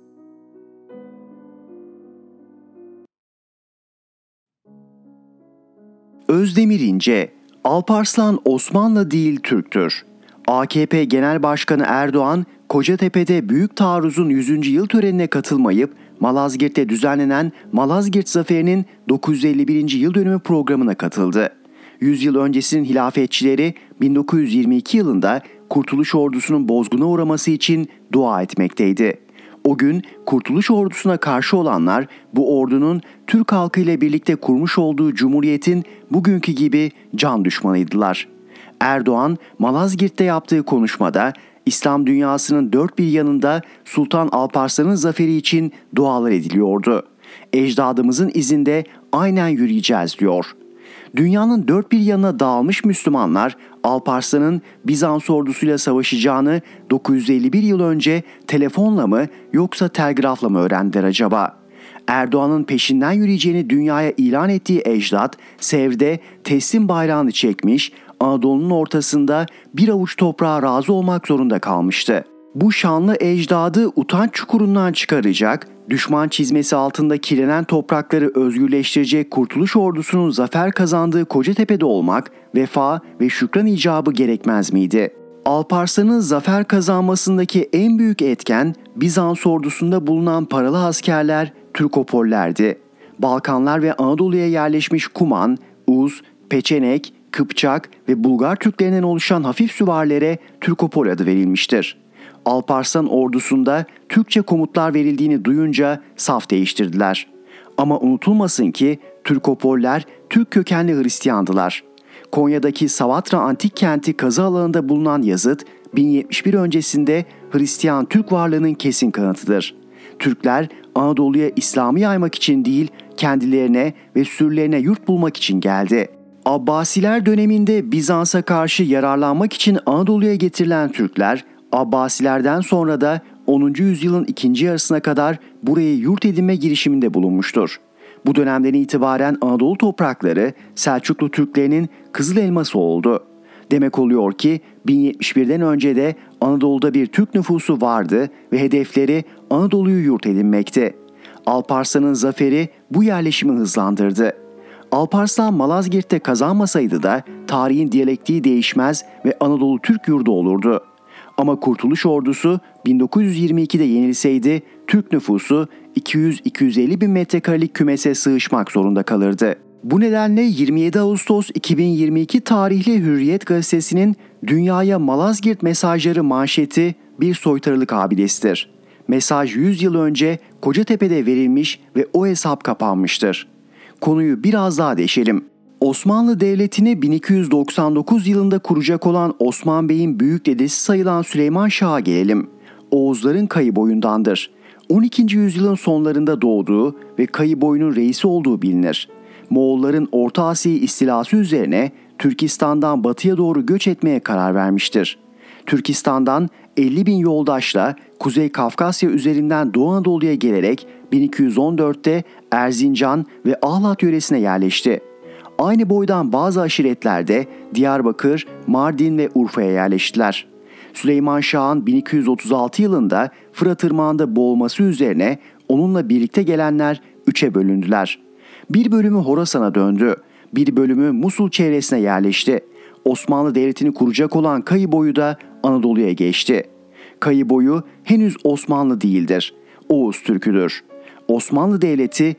Özdemir İnce, Alparslan Osmanlı değil Türktür. AKP Genel Başkanı Erdoğan, Kocatepe'de Büyük Taarruz'un 100. yıl törenine katılmayıp Malazgirt'te düzenlenen Malazgirt Zaferi'nin 951. yıl dönümü programına katıldı. 100 yıl öncesinin hilafetçileri 1922 yılında Kurtuluş Ordusu'nun bozguna uğraması için dua etmekteydi. O gün Kurtuluş Ordusu'na karşı olanlar bu ordunun Türk halkı ile birlikte kurmuş olduğu cumhuriyetin bugünkü gibi can düşmanıydılar. Erdoğan Malazgirt'te yaptığı konuşmada İslam dünyasının dört bir yanında Sultan Alparslan'ın zaferi için dualar ediliyordu. Ecdadımızın izinde aynen yürüyeceğiz diyor. Dünyanın dört bir yanına dağılmış Müslümanlar Alparslan'ın Bizans ordusuyla savaşacağını 951 yıl önce telefonla mı yoksa telgrafla mı öğrendiler acaba? Erdoğan'ın peşinden yürüyeceğini dünyaya ilan ettiği ecdat Sevr'de teslim bayrağını çekmiş, Anadolu'nun ortasında bir avuç toprağa razı olmak zorunda kalmıştı. Bu şanlı ecdadı utanç çukurundan çıkaracak, düşman çizmesi altında kirlenen toprakları özgürleştirecek Kurtuluş Ordusu'nun zafer kazandığı Kocatepe'de olmak vefa ve şükran icabı gerekmez miydi? Alparslan'ın zafer kazanmasındaki en büyük etken Bizans ordusunda bulunan paralı askerler Türkopollerdi. Balkanlar ve Anadolu'ya yerleşmiş Kuman, Uz, Peçenek, Kıpçak ve Bulgar Türklerinden oluşan hafif süvarilere Türkopol adı verilmiştir. Alparslan ordusunda Türkçe komutlar verildiğini duyunca saf değiştirdiler. Ama unutulmasın ki Türkopoller Türk kökenli Hristiyandılar. Konya'daki Savatra antik kenti kazı alanında bulunan yazıt 1071 öncesinde Hristiyan Türk varlığının kesin kanıtıdır. Türkler Anadolu'ya İslam'ı yaymak için değil, kendilerine ve sürülerine yurt bulmak için geldi. Abbasiler döneminde Bizans'a karşı yararlanmak için Anadolu'ya getirilen Türkler, Abbasilerden sonra da 10. yüzyılın ikinci yarısına kadar burayı yurt edinme girişiminde bulunmuştur. Bu dönemden itibaren Anadolu toprakları Selçuklu Türklerinin kızıl elması oldu. Demek oluyor ki 1071'den önce de Anadolu'da bir Türk nüfusu vardı ve hedefleri Anadolu'yu yurt edinmekti. Alparslan'ın zaferi bu yerleşimi hızlandırdı. Alparslan Malazgirt'te kazanmasaydı da tarihin diyalektiği değişmez ve Anadolu Türk yurdu olurdu. Ama Kurtuluş Ordusu 1922'de yenilseydi Türk nüfusu 200-250 bin metrekarelik kümese sığışmak zorunda kalırdı. Bu nedenle 27 Ağustos 2022 tarihli Hürriyet gazetesinin Dünyaya Malazgirt mesajları manşeti bir soytarılık abidesidir. Mesaj 100 yıl önce Kocatepe'de verilmiş ve o hesap kapanmıştır. Konuyu biraz daha deşelim. Osmanlı Devleti'ni 1299 yılında kuracak olan Osman Bey'in büyük dedesi sayılan Süleyman Şah'a gelelim. Oğuzların Kayıboyundandır. 12. yüzyılın sonlarında doğduğu ve Kayıboyun'un reisi olduğu bilinir. Moğolların Orta Asya'yı istilası üzerine Türkistan'dan batıya doğru göç etmeye karar vermiştir. Türkistan'dan 50 bin yoldaşla Kuzey Kafkasya üzerinden Doğu Anadolu'ya gelerek 1214'te Erzincan ve Ahlat yöresine yerleşti. Aynı boydan bazı aşiretler de Diyarbakır, Mardin ve Urfa'ya yerleştiler. Süleyman Şah'ın 1236 yılında Fırat Irmağı'nda boğulması üzerine onunla birlikte gelenler 3'e bölündüler. Bir bölümü Horasan'a döndü, bir bölümü Musul çevresine yerleşti. Osmanlı Devleti'ni kuracak olan Kayıboyu da Anadolu'ya geçti. Kayıboyu henüz Osmanlı değildir, Oğuz Türküdür. Osmanlı Devleti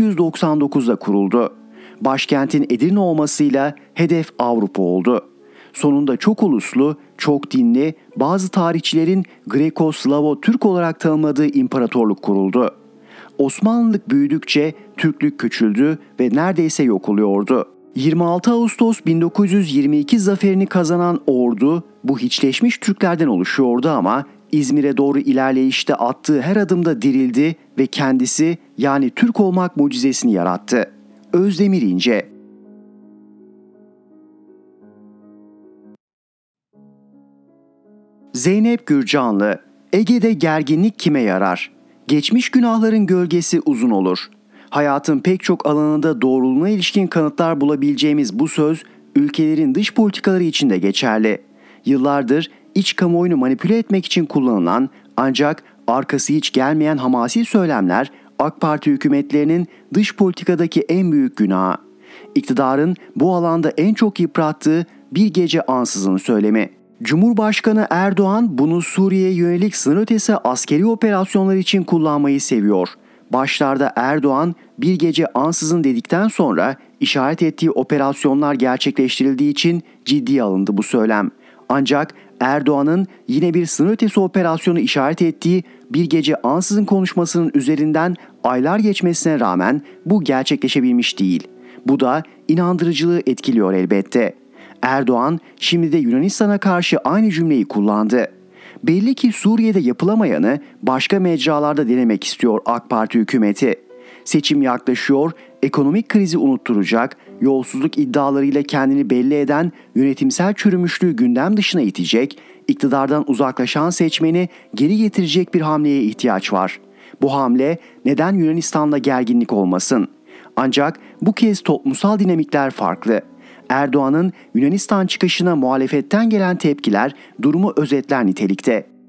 1299'da kuruldu. Başkentin Edirne olmasıyla hedef Avrupa oldu. Sonunda çok uluslu, çok dinli, bazı tarihçilerin Greko-Slavo-Türk olarak tanımladığı imparatorluk kuruldu. Osmanlılık büyüdükçe Türklük küçüldü ve neredeyse yok oluyordu. 26 Ağustos 1922 zaferini kazanan ordu bu hiçleşmiş Türklerden oluşuyordu ama İzmir'e doğru ilerleyişte attığı her adımda dirildi ve kendisi yani Türk olmak mucizesini yarattı. Özdemir İnce. Zeynep Gürcanlı. Ege'de gerginlik kime yarar? Geçmiş günahların gölgesi uzun olur. Hayatın pek çok alanında doğruluğuna ilişkin kanıtlar bulabileceğimiz bu söz, ülkelerin dış politikaları için de geçerli. Yıllardır iç kamuoyunu manipüle etmek için kullanılan ancak arkası hiç gelmeyen hamasi söylemler AK Parti hükümetlerinin dış politikadaki en büyük günahı. İktidarın bu alanda en çok yıprattığı bir gece ansızın söylemi. Cumhurbaşkanı Erdoğan bunu Suriye'ye yönelik sınır ötesi askeri operasyonlar için kullanmayı seviyor. Başlarda Erdoğan bir gece ansızın dedikten sonra işaret ettiği operasyonlar gerçekleştirildiği için ciddiye alındı bu söylem. Ancak Erdoğan'ın yine bir sınır ötesi operasyonu işaret ettiği bir gece ansızın konuşmasının üzerinden aylar geçmesine rağmen bu gerçekleşebilmiş değil. Bu da inandırıcılığı etkiliyor elbette. Erdoğan şimdi de Yunanistan'a karşı aynı cümleyi kullandı. Belli ki Suriye'de yapılamayanı başka mecralarda denemek istiyor AK Parti hükümeti. Seçim yaklaşıyor, ekonomik krizi unutturacak, yolsuzluk iddialarıyla kendini belli eden yönetimsel çürümüşlüğü gündem dışına itecek, iktidardan uzaklaşan seçmeni geri getirecek bir hamleye ihtiyaç var. Bu hamle neden Yunanistan'la gerginlik olmasın? Ancak bu kez toplumsal dinamikler farklı. Erdoğan'ın Yunanistan çıkışına muhalefetten gelen tepkiler durumu özetler nitelikte.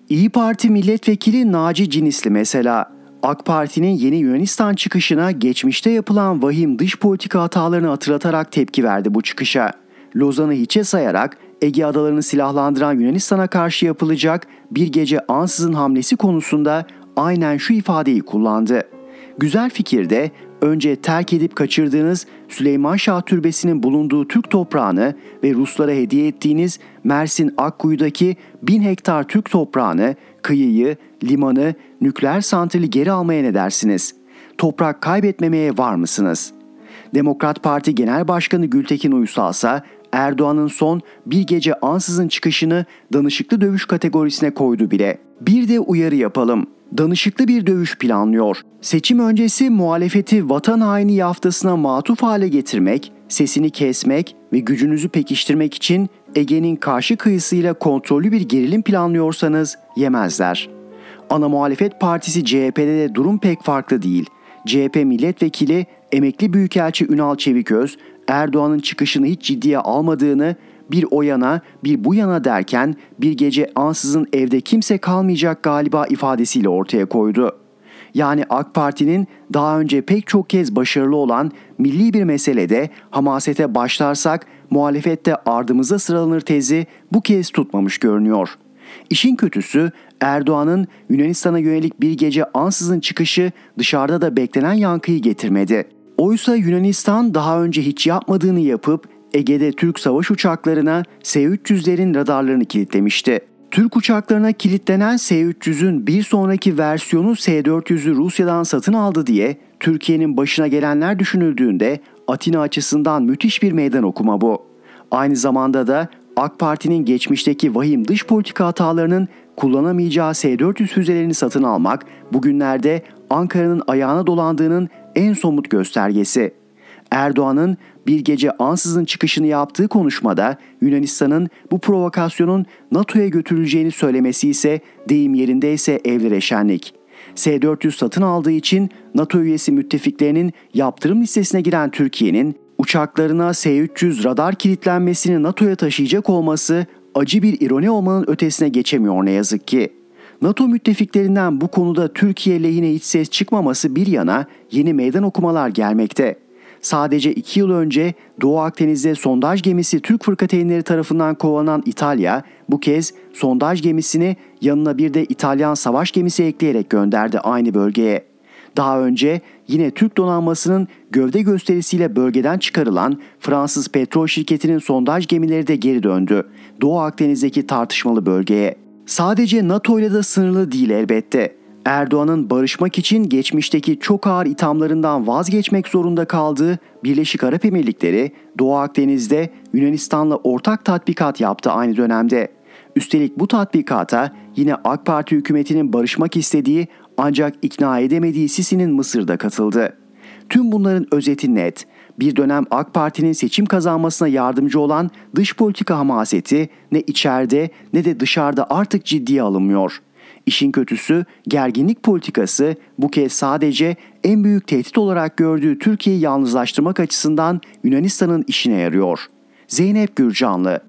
İyi Parti milletvekili Naci Cinisli mesela AK Parti'nin yeni Yunanistan çıkışına geçmişte yapılan vahim dış politika hatalarını hatırlatarak tepki verdi bu çıkışa. Lozan'ı hiçe sayarak Ege adalarını silahlandıran Yunanistan'a karşı yapılacak bir gece ansızın hamlesi konusunda aynen şu ifadeyi kullandı. Güzel fikir de önce terk edip kaçırdığınız Süleyman Şah Türbesi'nin bulunduğu Türk toprağını ve Ruslara hediye ettiğiniz Mersin Akkuyu'daki 1000 hektar Türk toprağını, kıyıyı, limanı, nükleer santrali geri almaya ne dersiniz? Toprak kaybetmemeye var mısınız? Demokrat Parti Genel Başkanı Gültekin Uysal ise Erdoğan'ın son bir gece ansızın çıkışını danışıklı dövüş kategorisine koydu bile. Bir de uyarı yapalım. Danışıklı bir dövüş planlıyor. Seçim öncesi muhalefeti vatan haini yaftasına matuf hale getirmek, sesini kesmek ve gücünüzü pekiştirmek için Ege'nin karşı kıyısıyla kontrollü bir gerilim planlıyorsanız yemezler. Ana muhalefet partisi CHP'de de durum pek farklı değil. CHP milletvekili emekli büyükelçi Ünal Çeviköz, Erdoğan'ın çıkışını hiç ciddiye almadığını, bir o yana bir bu yana derken bir gece ansızın evde kimse kalmayacak galiba ifadesiyle ortaya koydu. Yani AK Parti'nin daha önce pek çok kez başarılı olan milli bir meselede hamasete başlarsak muhalefette ardımıza sıralanır tezi bu kez tutmamış görünüyor. İşin kötüsü Erdoğan'ın Yunanistan'a yönelik bir gece ansızın çıkışı dışarıda da beklenen yankıyı getirmedi. Oysa Yunanistan daha önce hiç yapmadığını yapıp Ege'de Türk savaş uçaklarına S-300'lerin radarlarını kilitlemişti. Türk uçaklarına kilitlenen S-300'ün bir sonraki versiyonu S-400'ü Rusya'dan satın aldı diye Türkiye'nin başına gelenler düşünüldüğünde Atina açısından müthiş bir meydan okuma bu. Aynı zamanda da AK Parti'nin geçmişteki vahim dış politika hatalarının kullanamayacağı S-400 füzelerini satın almak bugünlerde Ankara'nın ayağına dolandığının en somut göstergesi. Erdoğan'ın bir gece ansızın çıkışını yaptığı konuşmada Yunanistan'ın bu provokasyonun NATO'ya götürüleceğini söylemesi ise deyim yerindeyse evlere şenlik. S-400 satın aldığı için NATO üyesi müttefiklerinin yaptırım listesine giren Türkiye'nin uçaklarına S-300 radar kilitlenmesini NATO'ya taşıyacak olması acı bir ironi olmanın ötesine geçemiyor ne yazık ki. NATO müttefiklerinden bu konuda Türkiye lehine hiç ses çıkmaması bir yana yeni meydan okumalar gelmekte. Sadece 2 yıl önce Doğu Akdeniz'de sondaj gemisi Türk fırkateynleri tarafından kovalanan İtalya bu kez sondaj gemisini yanına bir de İtalyan savaş gemisi ekleyerek gönderdi aynı bölgeye. Daha önce yine Türk donanmasının gövde gösterisiyle bölgeden çıkarılan Fransız petrol şirketinin sondaj gemileri de geri döndü Doğu Akdeniz'deki tartışmalı bölgeye. Sadece NATO ile de sınırlı değil elbette. Erdoğan'ın barışmak için geçmişteki çok ağır ithamlarından vazgeçmek zorunda kaldığı Birleşik Arap Emirlikleri, Doğu Akdeniz'de Yunanistan'la ortak tatbikat yaptı aynı dönemde. Üstelik bu tatbikata yine AK Parti hükümetinin barışmak istediği ancak ikna edemediği Sisi'nin Mısır'da katıldı. Tüm bunların özeti net. Bir dönem AK Parti'nin seçim kazanmasına yardımcı olan dış politika hamaseti ne içeride ne de dışarıda artık ciddiye alınmıyor. İşin kötüsü gerginlik politikası bu kez sadece en büyük tehdit olarak gördüğü Türkiye'yi yalnızlaştırmak açısından Yunanistan'ın işine yarıyor. Zeynep Gürcanlı.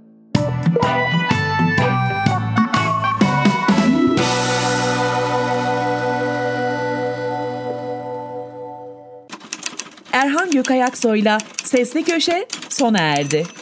Erhan Gökayaksoy'la Sesli Köşe sona erdi.